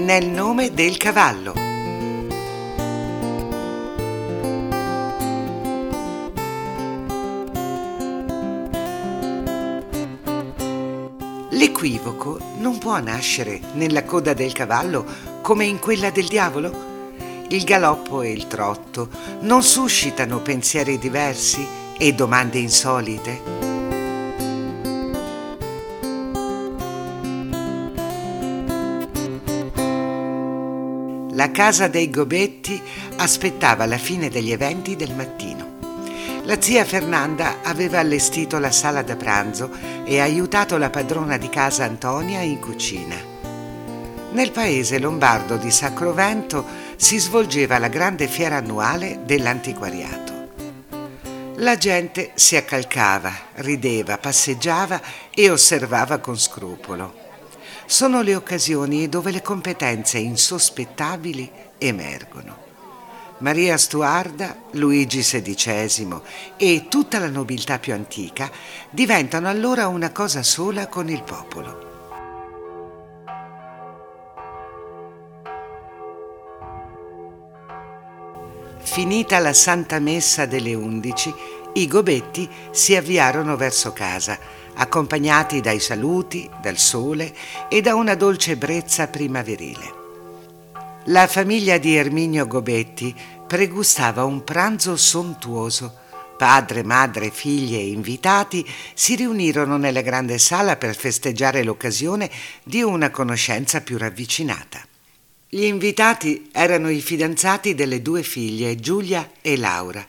Nel nome del cavallo. L'equivoco non può nascere nella coda del cavallo come in quella del diavolo? Il galoppo e il trotto non suscitano pensieri diversi e domande insolite? La casa dei Gobetti aspettava la fine degli eventi del mattino. La zia Fernanda aveva allestito la sala da pranzo e aiutato la padrona di casa Antonia in cucina. Nel paese lombardo di Sacrovento si svolgeva la grande fiera annuale dell'antiquariato. La gente si accalcava, rideva, passeggiava e osservava con scrupolo. Sono le occasioni dove le competenze insospettabili emergono. Maria Stuarda, Luigi XVI e tutta la nobiltà più antica diventano allora una cosa sola con il popolo. Finita la Santa Messa delle 11, i Gobetti si avviarono verso casa, accompagnati dai saluti, dal sole e da una dolce brezza primaverile. La famiglia di Erminio Gobetti pregustava un pranzo sontuoso. Padre, madre, figli e invitati si riunirono nella grande sala per festeggiare l'occasione di una conoscenza più ravvicinata. Gli invitati erano i fidanzati delle due figlie, Giulia e Laura.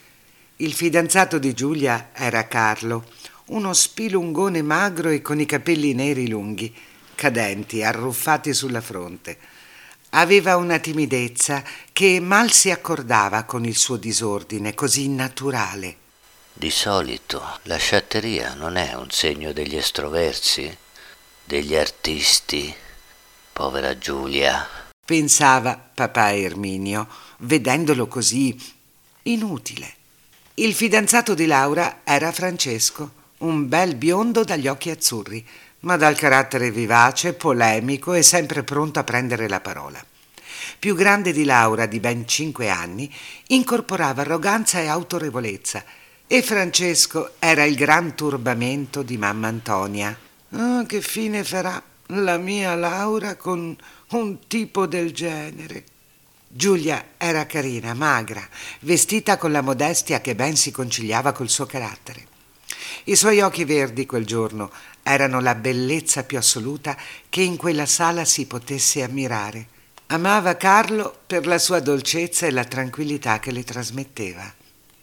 Il fidanzato di Giulia era Carlo, uno spilungone magro e con i capelli neri lunghi, cadenti, arruffati sulla fronte. Aveva una timidezza che mal si accordava con il suo disordine così naturale. Di solito la sciatteria non è un segno degli estroversi, degli artisti. Povera Giulia, pensava papà Erminio, vedendolo così inutile. Il fidanzato di Laura era Francesco, un bel biondo dagli occhi azzurri, ma dal carattere vivace, polemico e sempre pronto a prendere la parola. Più grande di Laura, di ben 5 anni, incorporava arroganza e autorevolezza, e Francesco era il gran turbamento di mamma Antonia. Ah, che fine farà la mia Laura con un tipo del genere? Giulia era carina, magra, vestita con la modestia che ben si conciliava col suo carattere. I suoi occhi verdi quel giorno erano la bellezza più assoluta che in quella sala si potesse ammirare. Amava Carlo per la sua dolcezza e la tranquillità che le trasmetteva.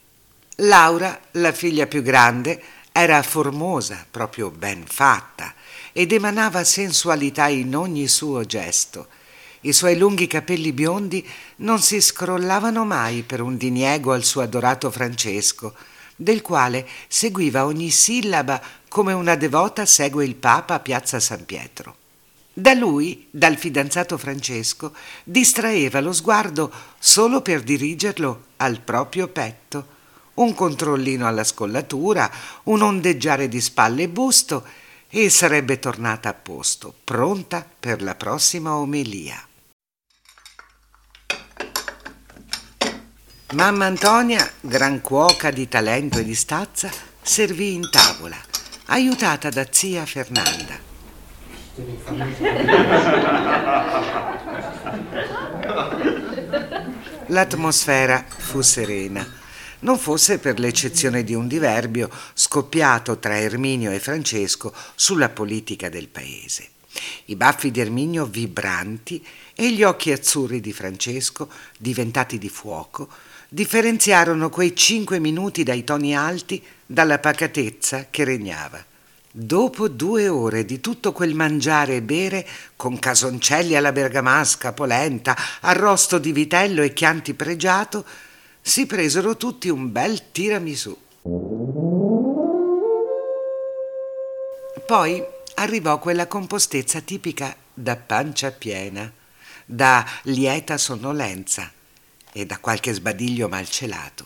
Laura, la figlia più grande, era formosa, proprio ben fatta, ed emanava sensualità in ogni suo gesto. I suoi lunghi capelli biondi non si scrollavano mai per un diniego al suo adorato Francesco, del quale seguiva ogni sillaba come una devota segue il Papa a Piazza San Pietro. Da lui, dal fidanzato Francesco, distraeva lo sguardo solo per dirigerlo al proprio petto. Un controllino alla scollatura, un ondeggiare di spalle e busto, e sarebbe tornata a posto, pronta per la prossima omelia. Mamma Antonia, gran cuoca di talento e di stazza, servì in tavola, aiutata da zia Fernanda. L'atmosfera fu serena, non fosse per l'eccezione di un diverbio scoppiato tra Erminio e Francesco sulla politica del paese. I baffi di Erminio vibranti e gli occhi azzurri di Francesco, diventati di fuoco, differenziarono quei 5 minuti dai toni alti dalla pacatezza che regnava. Dopo 2 ore di tutto quel mangiare e bere, con casoncelli alla bergamasca, polenta, arrosto di vitello e chianti pregiato, si presero tutti un bel tiramisù. Poi arrivò quella compostezza tipica da pancia piena, da lieta sonnolenza e da qualche sbadiglio malcelato.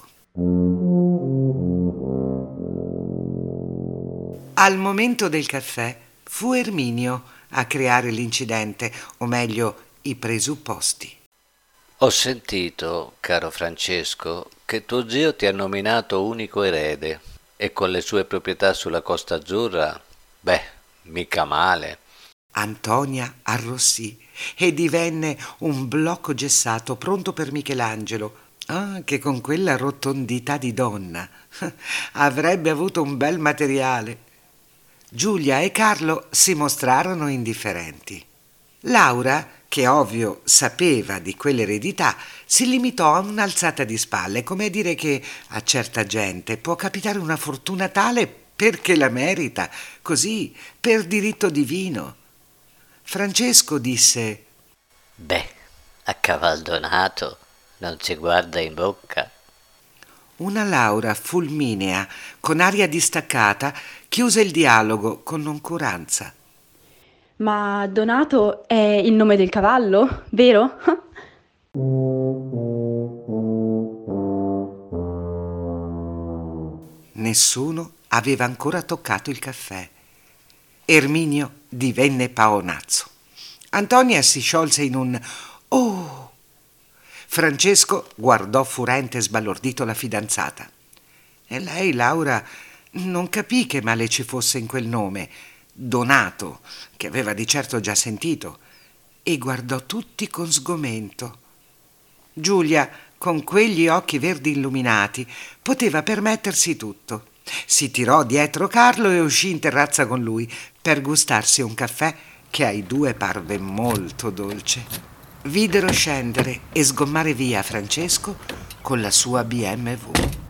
Al momento del caffè fu Erminio a creare l'incidente, o meglio, i presupposti. Ho sentito, caro Francesco, che tuo zio ti ha nominato unico erede e con le sue proprietà sulla Costa Azzurra, mica male. Antonia arrossì e divenne un blocco gessato pronto per Michelangelo, che con quella rotondità di donna avrebbe avuto un bel materiale. Giulia e Carlo si mostrarono indifferenti. Laura, che ovvio sapeva di quell'eredità, si limitò a un'alzata di spalle, come a dire che a certa gente può capitare una fortuna tale perché la merita, così per diritto divino. Francesco disse: A Cavaldonato non si guarda in bocca. Una Laura fulminea, con aria distaccata, chiuse il dialogo con noncuranza. Ma Donato è il nome del cavallo, vero? Nessuno aveva ancora toccato il caffè. Erminio divenne paonazzo. Antonia si sciolse in un «Oh!». Francesco guardò furente e sbalordito la fidanzata. E lei, Laura, non capì che male ci fosse in quel nome, Donato, che aveva di certo già sentito, e guardò tutti con sgomento. Giulia, con quegli occhi verdi illuminati, poteva permettersi tutto. Si tirò dietro Carlo e uscì in terrazza con lui per gustarsi un caffè che ai due parve molto dolce. Videro scendere e sgommare via Francesco con la sua BMW.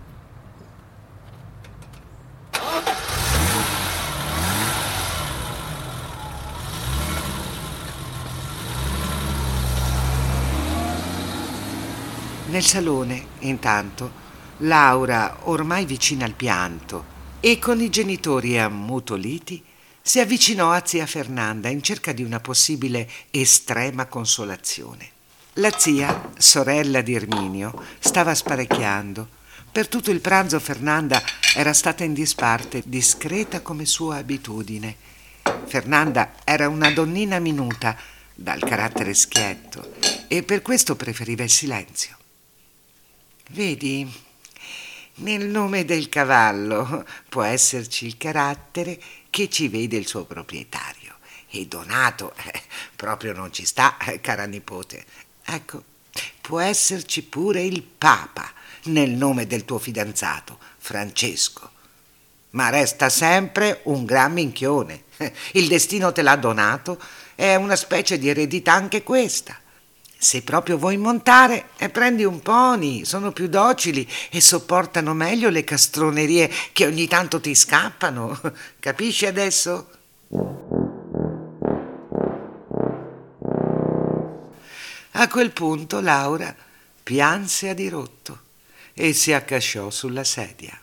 Nel salone, intanto, Laura, ormai vicina al pianto e con i genitori ammutoliti, si avvicinò a zia Fernanda in cerca di una possibile estrema consolazione. La zia, sorella di Erminio, stava sparecchiando. Per tutto il pranzo Fernanda era stata in disparte, discreta come sua abitudine. Fernanda era una donnina minuta, dal carattere schietto, e per questo preferiva il silenzio. Vedi, nel nome del cavallo può esserci il carattere che ci vede il suo proprietario. E Donato proprio non ci sta, cara nipote. Ecco, può esserci pure il Papa nel nome del tuo fidanzato, Francesco. Ma resta sempre un gran minchione. Il destino te l'ha donato, è una specie di eredità anche questa. Se proprio vuoi montare, prendi un pony, sono più docili e sopportano meglio le castronerie che ogni tanto ti scappano. Capisci adesso? A quel punto Laura pianse a dirotto e si accasciò sulla sedia.